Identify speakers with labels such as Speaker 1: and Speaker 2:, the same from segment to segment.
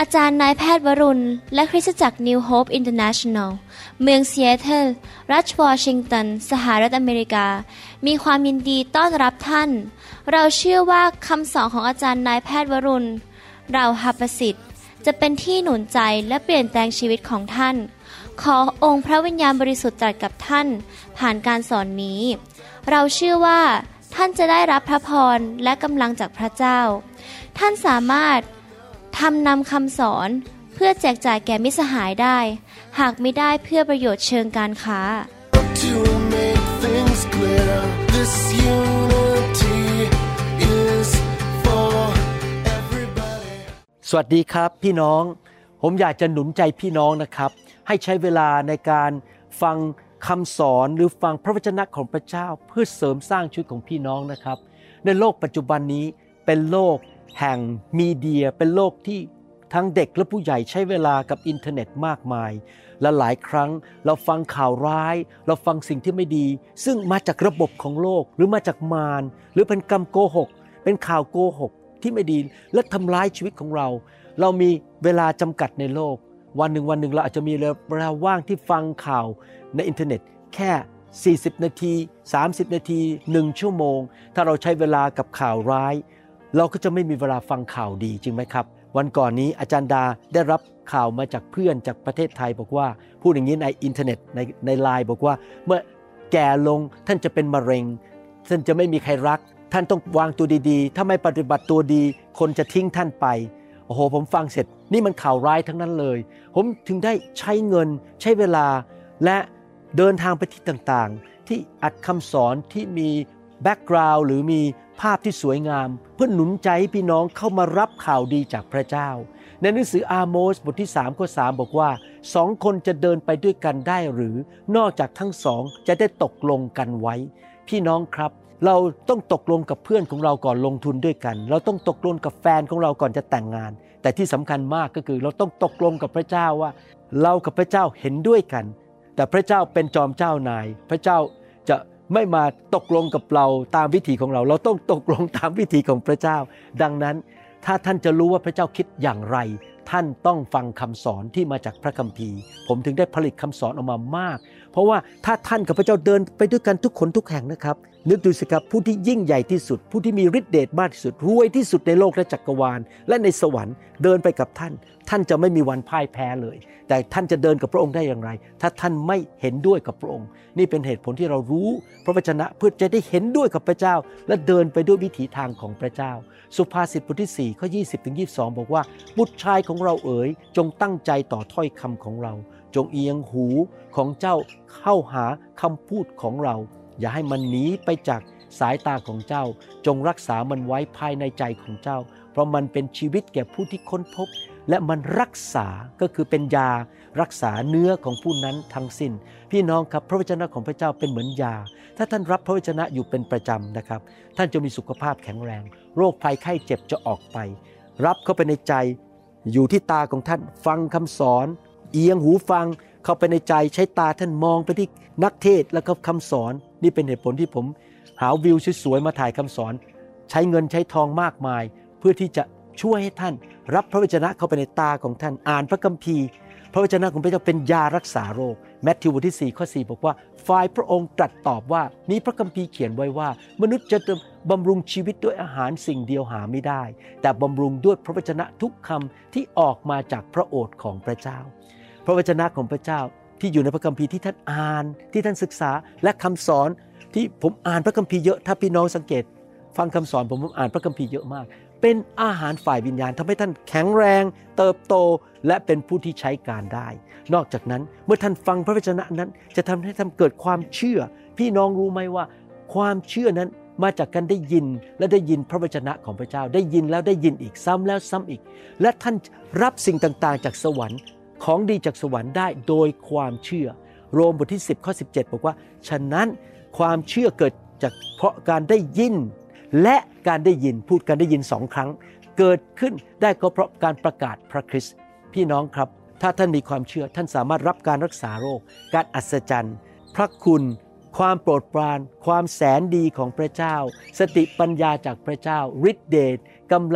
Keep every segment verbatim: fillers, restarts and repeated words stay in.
Speaker 1: อาจารย์นายแพทย์วรุณและคริสตจักร New Hope International เมืองซีแอตเทิลรัฐวอชิงตันสหรัฐอเมริกามีความยินดีต้อนรับท่านเราเชื่อว่าคำสอนของอาจารย์นายแพทย์วรุณเราหประสิทธิ์จะเป็นที่หนุนใจและเปลี่ยนแปลงชีวิตของท่านขอองค์พระวิญญาณบริสุทธิ์ตรัสกับท่านผ่านการสอนนี้เราเชื่อว่าท่านจะได้รับพระพรและกำลังจากพระเจ้าท่านสามารถทำนำคำสอนเพื่อแจกจ่ายแก่มิตรสหายได้หากไม่ได้เพื่อประโยชน์เชิงการค้า
Speaker 2: To make things clear, this unity is for everybody.
Speaker 3: สวัสดีครับพี่น้องผมอยากจะหนุนใจพี่น้องนะครับให้ใช้เวลาในการฟังคำสอนหรือฟังพระวจนะของพระเจ้าเพื่อเสริมสร้างชีวิตของพี่น้องนะครับในโลกปัจจุบันนี้เป็นโลกแห่งมีเดียเป็นโลกที่ทั้งเด็กและผู้ใหญ่ใช้เวลากับอินเทอร์เน็ตมากมายและหลายครั้งเราฟังข่าวร้ายเราฟังสิ่งที่ไม่ดีซึ่งมาจากระบบของโลกหรือมาจากมารหรือเป็นคำโกหกเป็นข่าวโกหกที่ไม่ดีและทำร้ายชีวิตของเราเรามีเวลาจำกัดในโลกวันหนึ่งวันหนึ่งเราอาจจะมีเวลาว่างที่ฟังข่าวในอินเทอร์เน็ตแค่สี่สิบนาทีสามสิบนาทีหนึ่งชั่วโมงถ้าเราใช้เวลากับข่าวร้ายเราก็จะไม่มีเวลาฟังข่าวดีจริงไหมครับวันก่อนนี้อาจารย์ดาได้รับข่าวมาจากเพื่อนจากประเทศไทยบอกว่าพูดอย่างนี้ในอินเทอร์เน็ตในในไลน์บอกว่าเมื่อแก่ลงท่านจะเป็นมะเร็งท่านจะไม่มีใครรักท่านต้องวางตัวดีๆถ้าไม่ปฏิบัติตัวดีคนจะทิ้งท่านไปโอ้โหผมฟังเสร็จนี่มันข่าวร้ายทั้งนั้นเลยผมถึงได้ใช้เงินใช้เวลาและเดินทางไปที่ต่างๆที่อัดคำสอนที่มีแบ็กกราวด์หรือมีภาพที่สวยงามเพื่อหนุนใจให้พี่น้องเข้ามารับข่าวดีจากพระเจ้าในหนังสืออาโมสบทที่สามข้อสามบอกว่าสองคนจะเดินไปด้วยกันได้หรือนอกจากทั้งสองจะได้ตกลงกันไว้พี่น้องครับเราต้องตกลงกับเพื่อนของเราก่อนลงทุนด้วยกันเราต้องตกลงกับแฟนของเราก่อนจะแต่งงานแต่ที่สำคัญมากก็คือเราต้องตกลงกับพระเจ้าว่าเรากับพระเจ้าเห็นด้วยกันแต่พระเจ้าเป็นจอมเจ้านายพระเจ้าจะไม่มาตกลงกับเราตามวิถีของเราเราต้องตกลงตามวิถีของพระเจ้าดังนั้นถ้าท่านจะรู้ว่าพระเจ้าคิดอย่างไรท่านต้องฟังคำสอนที่มาจากพระคัมภีร์ผมถึงได้ผลิตคำสอนออกมามากเพราะว่าถ้าท่านกับพระเจ้าเดินไปด้วยกันทุกคนทุกแห่งนะครับนึกดูสิครับผู้ที่ยิ่งใหญ่ที่สุดผู้ที่มีฤทธิ์เดชมากที่สุดรวยที่สุดในโลกและจักรวาลและในสวรรค์เดินไปกับท่านท่านจะไม่มีวันพ่ายแพ้เลยแต่ท่านจะเดินกับพระองค์ได้อย่างไรถ้าท่านไม่เห็นด้วยกับพระองค์นี่เป็นเหตุผลที่เรารู้พระวจนะเพื่อจะได้เห็นด้วยกับพระเจ้าและเดินไปด้วยวิถีทางของพระเจ้าสุภาษิตบทที่สี่ข้อยี่สิบถึงยี่สิบสองบอกว่าบุตรชายของเราเอ๋ยจงตั้งใจต่อถ้อยคำของเราจงเอียงหูของเจ้าเข้าหาคำพูดของเราอย่าให้มันหนีไปจากสายตาของเจ้าจงรักษามันไว้ภายในใจของเจ้าเพราะมันเป็นชีวิตแก่ผู้ที่ค้นพบและมันรักษาก็คือเป็นยารักษาเนื้อของผู้นั้นทั้งสิ้นพี่น้องครับพระวจนะของพระเจ้าเป็นเหมือนยาถ้าท่านรับพระวจนะอยู่เป็นประจำนะครับท่านจะมีสุขภาพแข็งแรงโรคภัยไข้เจ็บจะออกไปรับเข้าไปในใจอยู่ที่ตาของท่านฟังคำสอนเอียงหูฟังเข้าไปในใจใช้ตาท่านมองไปที่นักเทศแล้วก็คำสอนนี่เป็นเหตุผลที่ผมหาวิวสวยๆมาถ่ายคำสอนใช้เงินใช้ทองมากมายเพื่อที่จะช่วยให้ท่านรับพระวจนะเข้าไปในตาของท่านอ่านพระคัมภีร์พระวจนะของพระเจ้าเป็นยารักษาโรคแมทธิวบทที่สี่ข้อสี่บอกว่าฝ่ายพระองค์ตรัสตอบว่ามีพระคัมภีร์เขียนไว้ว่ามนุษย์จะบำรุงชีวิตด้วยอาหารสิ่งเดียวหาไม่ได้แต่บำรุงด้วยพระวจนะทุกคำที่ออกมาจากพระโอษฐ์ของพระเจ้าพระวจนะของพระเจ้าที่อยู่ในพระคัมภีร์ที่ท่านอ่านที่ท่านศึกษาและคำสอนที่ผมอ่านพระคัมภีร์เยอะถ้าพี่น้องสังเกตฟังคำสอนผมผมอ่านพระคัมภีร์เยอะมากเป็นอาหารฝ่ายวิญญาณทำให้ท่านแข็งแรงเติบโตและเป็นผู้ที่ใช้การได้นอกจากนั้นเมื่อท่านฟังพระวจนะนั้นจะทำให้ท่านเกิดความเชื่อพี่น้องรู้ไหมว่าความเชื่อนั้นมาจากการได้ยินและได้ยินพระวจนะของพระเจ้าได้ยินแล้วได้ยินอีกซ้ำแล้วซ้ำอีกและท่านรับสิ่งต่างๆจากสวรรค์ของดีจากสวรรค์ได้โดยความเชื่อโรมบทที่สิบข้อสิบเจ็ดบอกว่าฉะนั้นความเชื่อเกิดจากเพราะการได้ยินและการได้ยินพูดการได้ยินสองครั้งเกิดขึ้นได้ก็เพราะการประกาศพระคริสต์พี่น้องครับถ้าท่านมีความเชื่อท่านสามารถรับการรักษาโรคการอัศจรรย์พระคุณความโปรดปรานความแสนดีของพระเจ้าสติปัญญาจากพระเจ้าฤทธิเดชกำลัง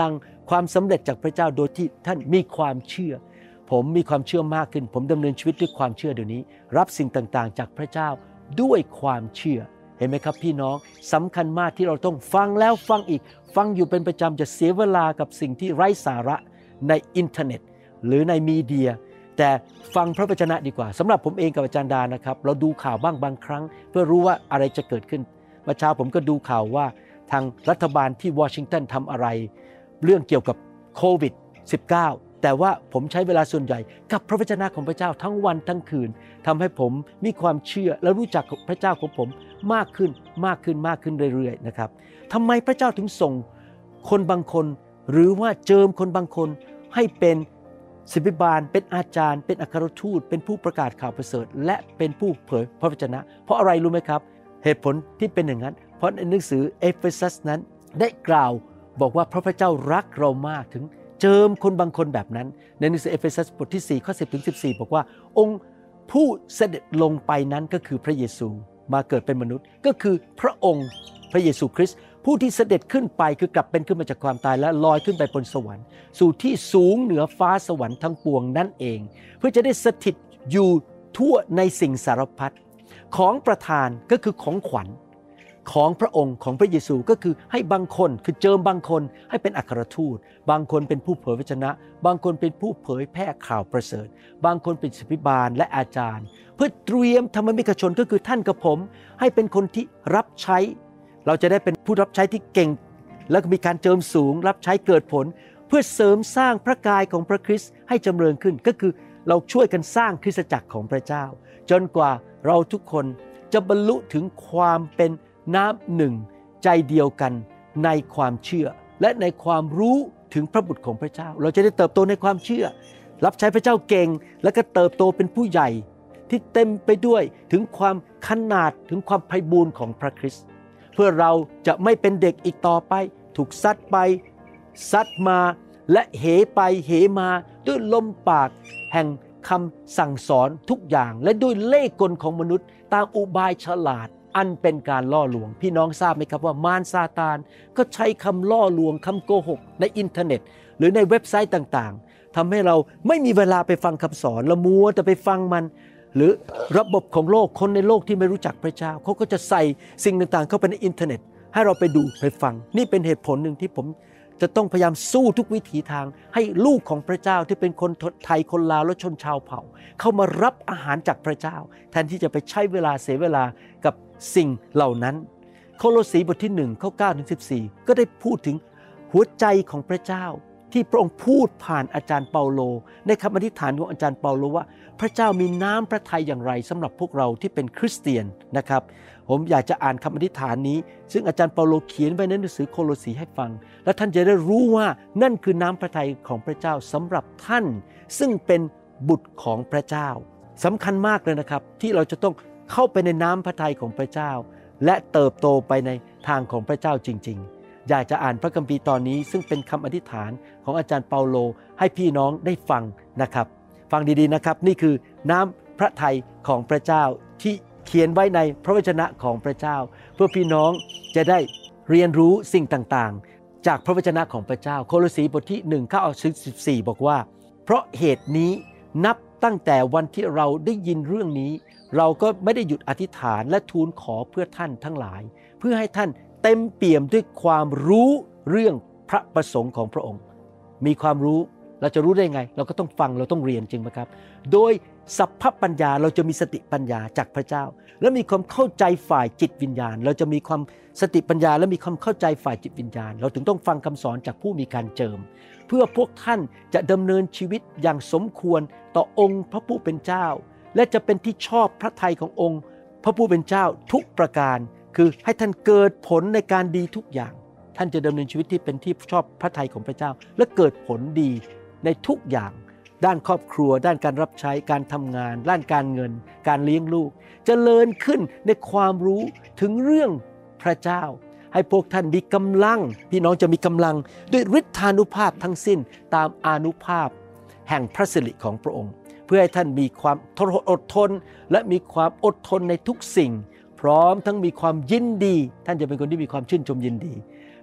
Speaker 3: ความสำเร็จจากพระเจ้าโดยที่ท่านมีความเชื่อผมมีความเชื่อมากขึ้นผมดำเนินชีวิตด้วยความเชื่อเดี๋ยวนี้รับสิ่งต่างๆจากพระเจ้าด้วยความเชื่อเห็นไหมครับพี่น้องสำคัญมากที่เราต้องฟังแล้วฟังอีกฟังอยู่เป็นประจำจะเสียเวลากับสิ่งที่ไร้สาระในอินเทอร์เน็ตหรือในมีเดียแต่ฟังพระวจนะดีกว่าสำหรับผมเองกับอาจารย์ดานะครับเราดูข่าวบ้างบางครั้งเพื่อรู้ว่าอะไรจะเกิดขึ้นเมื่อเช้าผมก็ดูข่าวว่าทางรัฐบาลที่วอชิงตันทำอะไรเรื่องเกี่ยวกับโควิด สิบเก้า แต่ว่าผมใช้เวลาส่วนใหญ่กับพระวจนะของพระเจ้าทั้งวันทั้งคืนทำให้ผมมีความเชื่อและรู้จักพระเจ้าของผมมากขึ้นมากขึ้นมากขึ้นเรื่อยๆนะครับทำไมพระเจ้าถึงส่งคนบางคนหรือว่าเจิมคนบางคนให้เป็นศิษยาบาลเป็นอาจารย์เป็นอัครทูตเป็นผู้ประกาศข่าวประเสริฐและเป็นผู้เผยพระวจนะเพราะอะไรรู้ไหมครับเหตุผลที่เป็นอย่างนั้นเพราะในหนังสือเอเฟซัสนั้นได้กล่าวบอกว่าพระเจ้ารักเรามากถึงเจิมคนบางคนแบบนั้นในหนังสือเอเฟซัสบทที่สี่ข้อสิบถึงสิบสี่บอกว่าองค์ผู้เสด็จลงไปนั้นก็คือพระเยซูมาเกิดเป็นมนุษย์ก็คือพระองค์พระเยซูคริสต์ผู้ที่เสด็จขึ้นไปคือกลับเป็นขึ้นมาจากความตายและลอยขึ้นไปบนสวรรค์สู่ที่สูงเหนือฟ้าสวรรค์ทั้งปวงนั่นเองเพื่อจะได้สถิตอยู่ทั่วในสิ่งสารพัดของประทานก็คือของขวัญของพระองค์ของพระเยซูก็คือให้บางคนคือเจิมบางคนให้เป็นอัครทูตบางคนเป็นผู้เผยพระวจนะบางคนเป็นผู้เผยแพร่ข่าวประเสริฐบางคนเป็นศิษยาบาลและอาจารย์เพื่อเตรียมธรรมิกชนก็คือท่านกับผมให้เป็นคนที่รับใช้เราจะได้เป็นผู้รับใช้ที่เก่งแล้วก็มีการเจิมสูงรับใช้เกิดผลเพื่อเสริมสร้างพระกายของพระคริสต์ให้จำเริญขึ้นก็คือเราช่วยกันสร้างคริสตจักรของพระเจ้าจนกว่าเราทุกคนจะบรรลุถึงความเป็นน้ำหนึ่งใจเดียวกันในความเชื่อและในความรู้ถึงพระบุตรของพระเจ้าเราจะได้เติบโตในความเชื่อรับใช้พระเจ้าเก่งแล้วก็เติบโตเป็นผู้ใหญ่ที่เต็มไปด้วยถึงความขนาดถึงความไพบูลย์ของพระคริสต์เพื่อเราจะไม่เป็นเด็กอีกต่อไปถูกซัดไปซัดมาและเหไปเหมาด้วยลมปากแห่งคำสั่งสอนทุกอย่างและด้วยเล่ห์กลของมนุษย์ตามอุบายฉลาดอันเป็นการล่อลวงพี่น้องทราบไหมครับว่ามารซาตานก็ใช้คำล่อลวงคำโกหกในอินเทอร์เน็ตหรือในเว็บไซต์ต่างๆทำให้เราไม่มีเวลาไปฟังคำสอนละมัวแต่ไปฟังมันหรือระบบของโลกคนในโลกที่ไม่รู้จักพระเจ้าเขาก็จะใส่สิ่งต่างๆเข้าไปในอินเทอร์เน็ตให้เราไปดูไปฟังนี่เป็นเหตุผลหนึ่งที่ผมจะต้องพยายามสู้ทุกวิถีทางให้ลูกของพระเจ้าที่เป็นคนไทยคนลาวและชนชาวเผ่าเข้ามารับอาหารจากพระเจ้าแทนที่จะไปใช้เวลาเสียเวลากับสิ่งเหล่านั้นโคโลสีบทที่หนึ่งข้อเก้าถึงสิบสี่ก็ได้พูดถึงหัวใจของพระเจ้าที่พระองค์พูดผ่านอาจารย์เปาโลในคำอธิษฐานของอาจารย์เปาโลว่าพระเจ้ามีน้ำพระทัยอย่างไรสำหรับพวกเราที่เป็นคริสเตียนนะครับผมอยากจะอ่านคำอธิษฐานนี้ซึ่งอาจารย์เปาโลเขียนไว้ในหนังสือโคโลสีให้ฟังและท่านจะได้รู้ว่านั่นคือน้ำพระทัยของพระเจ้าสำหรับท่านซึ่งเป็นบุตรของพระเจ้าสำคัญมากเลยนะครับที่เราจะต้องเข้าไปในน้ำพระทัยของพระเจ้าและเติบโตไปในทางของพระเจ้าจริงๆอยากจะอ่านพระคัมภีร์ตอนนี้ซึ่งเป็นคำอธิษฐานของอาจารย์เปาโลให้พี่น้องได้ฟังนะครับฟังดีๆนะครับนี่คือน้ำพระทัยของพระเจ้าที่เขียนไว้ในพระวจนะของพระเจ้าเพื่อพี่น้องจะได้เรียนรู้สิ่งต่างๆจากพระวจนะของพระเจ้าโคโลสีบทที่หนึ่งข้อสิบสี่บอกว่าเพราะเหตุนี้นับตั้งแต่วันที่เราได้ยินเรื่องนี้เราก็ไม่ได้หยุดอธิษฐานและทูลขอเพื่อท่านทั้งหลายเพื่อให้ท่านเต็มเปี่ยมด้วยความรู้เรื่องพระประสงค์ของพระองค์มีความรู้เราจะรู้ได้ไงเราก็ต้องฟังเราต้องเรียนจริงไหมครับโดยสัพพปัญญาเราจะมีสติปัญญาจากพระเจ้าและมีความเข้าใจฝ่ายจิตวิญญาณเราจะมีความสติปัญญาและมีความเข้าใจฝ่ายจิตวิญญาณเราถึงต้องฟังคำสอนจากผู้มีการเจิมเพื่อพวกท่านจะดำเนินชีวิตอย่างสมควรต่อองค์พระผู้เป็นเจ้าและจะเป็นที่ชอบพระทัยขององค์พระผู้เป็นเจ้าทุกประการคือให้ท่านเกิดผลในการดีทุกอย่างท่านจะดำเนินชีวิตที่เป็นที่ชอบพระทัยของพระเจ้าและเกิดผลดีในทุกอย่างด้านครอบครัวด้านการรับใช้การทำงานด้านการเงินการเลี้ยงลูกเจริญขึ้นในความรู้ถึงเรื่องพระเจ้าให้พวกท่านมีกำลังพี่น้องจะมีกำลังด้วยฤทธานุภาพทั้งสิ้นตามอานุภาพแห่งพระสิริของพระองค์เพื่อให้ท่านมีความอดทนและมีความอดทนในทุกสิ่งพร้อมทั้งมีความยินดีท่านจะเป็นคนที่มีความชื่นชมยินดี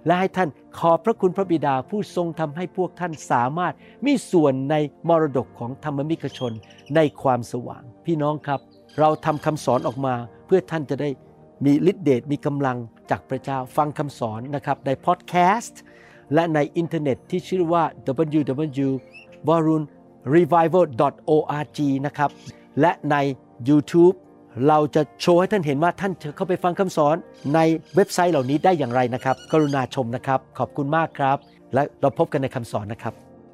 Speaker 3: และให้ท่านขอบพระคุณพระบิดาผู้ทรงทำให้พวกท่านสามารถมีส่วนในมรดกของธรรมมิกชนในความสว่างพี่น้องครับเราทำคำสอนออกมาเพื่อท่านจะได้มีฤทธิ์เดชมีกำลังจากพระเจ้าฟังคำสอนนะครับในพอดแคสต์และในอินเทอร์เน็ตที่ชื่อว่า ดับเบิลยู ดับเบิลยู ดอท วารุณ รีไววัล ดอท โอ อาร์ จี นะครับและใน YouTube เราจะโชว์ให้ท่านเห็นว่าท่านเข้าไปฟังคำสอนในเว็บไซต์เหล่านี้ได้อย่างไรนะครับกรุณาชมนะครับขอบคุณมากครับและเราพบกันในคำสอนนะครับ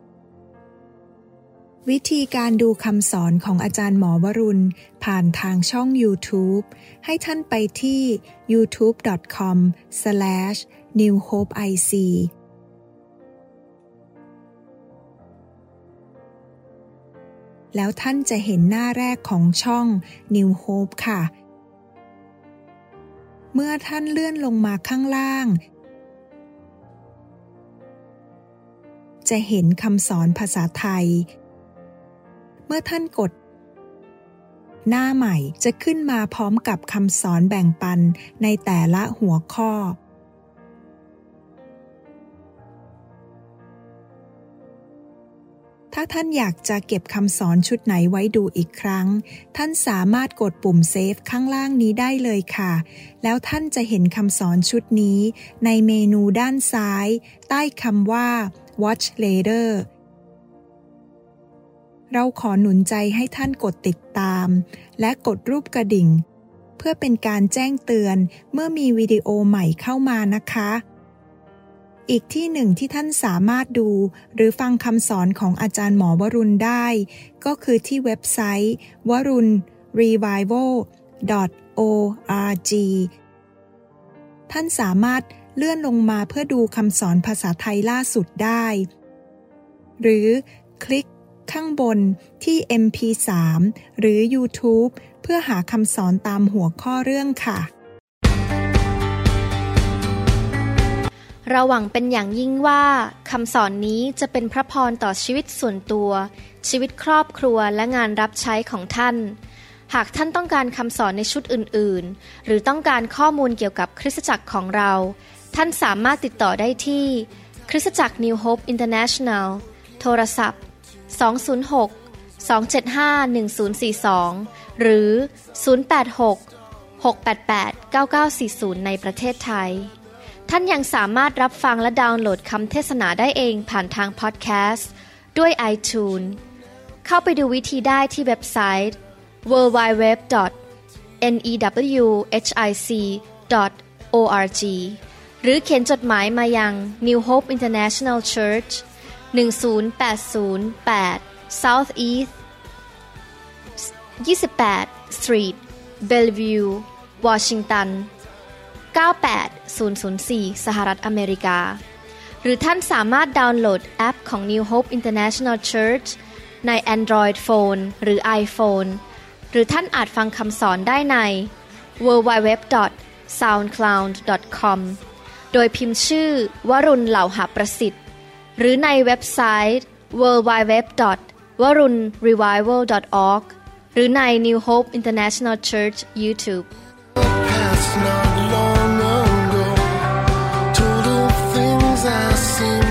Speaker 4: วิธีการดูคำสอนของอาจารย์หมอวรุณผ่านทางช่อง YouTube ให้ท่านไปที่ ยูทูบ ดอท คอม สแลช นิวโฮป ไอ ซี แล้วท่านจะเห็นหน้าแรกของช่อง New Hope ค่ะ เมื่อท่านเลื่อนลงมาข้างล่างจะเห็นคำสอนภาษาไทยเมื่อท่านกดหน้าใหม่จะขึ้นมาพร้อมกับคำสอนแบ่งปันในแต่ละหัวข้อถ้าท่านอยากจะเก็บคำสอนชุดไหนไว้ดูอีกครั้งท่านสามารถกดปุ่มเซฟข้างล่างนี้ได้เลยค่ะแล้วท่านจะเห็นคำสอนชุดนี้ในเมนูด้านซ้ายใต้คำว่า Watch Later เราขอหนุนใจให้ท่านกดติดตามและกดรูปกระดิ่งเพื่อเป็นการแจ้งเตือนเมื่อมีวิดีโอใหม่เข้ามานะคะอีกที่หนึ่งที่ท่านสามารถดูหรือฟังคำสอนของอาจารย์หมอวรุณได้ก็คือที่เว็บไซต์ วรุณ รีไววัล ดอท โอ อาร์ จี ท่านสามารถเลื่อนลงมาเพื่อดูคำสอนภาษาไทยล่าสุดได้หรือคลิกข้างบนที่ เอ็ม พี สาม หรือ YouTube เพื่อหาคำสอนตามหัวข้อเรื่องค่ะ
Speaker 1: เราหวังเป็นอย่างยิ่งว่าคำสอนนี้จะเป็นพระพรต่อชีวิตส่วนตัวชีวิตครอบครัวและงานรับใช้ของท่านหากท่านต้องการคำสอนในชุดอื่นๆหรือต้องการข้อมูลเกี่ยวกับคริสตจักรของเราท่านสามารถติดต่อได้ที่คริสตจักร New Hope International โทรศัพท์สอง ศูนย์ หก สอง เจ็ด ห้า หนึ่ง ศูนย์ สี่ สองหรือศูนย์ แปด หก หก แปด แปด เก้า เก้า สี่ ศูนย์ในประเทศไทยท่านยังสามารถรับฟังและดาวน์โหลดคำเทศนาได้เองผ่านทางพอดแคสต์ด้วย iTunes เข้าไปดูวิธีได้ที่เว็บไซต์ ดับเบิลยู ดับเบิลยู ดับเบิลยู ดอท นิว โฮป ดอท โอ อาร์ จี หรือเขียนจดหมายมายัง New Hope International Church หนึ่ง ศูนย์ แปด ศูนย์ แปด South East ยี่สิบแปด Street Bellevue Washingtonเก้า แปด ศูนย์ ศูนย์ สี่ สหรัฐอเมริกาหรือท่านสามารถดาวน์โหลดแอปของ New Hope International Church ใน Android Phone หรือ iPhone หรือท่านอาจฟังคำสอนได้ใน ดับเบิลยู ดับเบิลยู ดับเบิลยู ดอท ซาวด์คลาวด์ ดอท คอม โดยพิมพ์ชื่อวรุณเหล่าหาประสิทธิ์หรือในเว็บไซต์ ดับเบิลยู ดับเบิลยู ดับเบิลยู ดอท วรุณ รีไววัล ดอท ออร์ก หรือใน New Hope International Church YouTube
Speaker 2: Not long ago, told of things I seem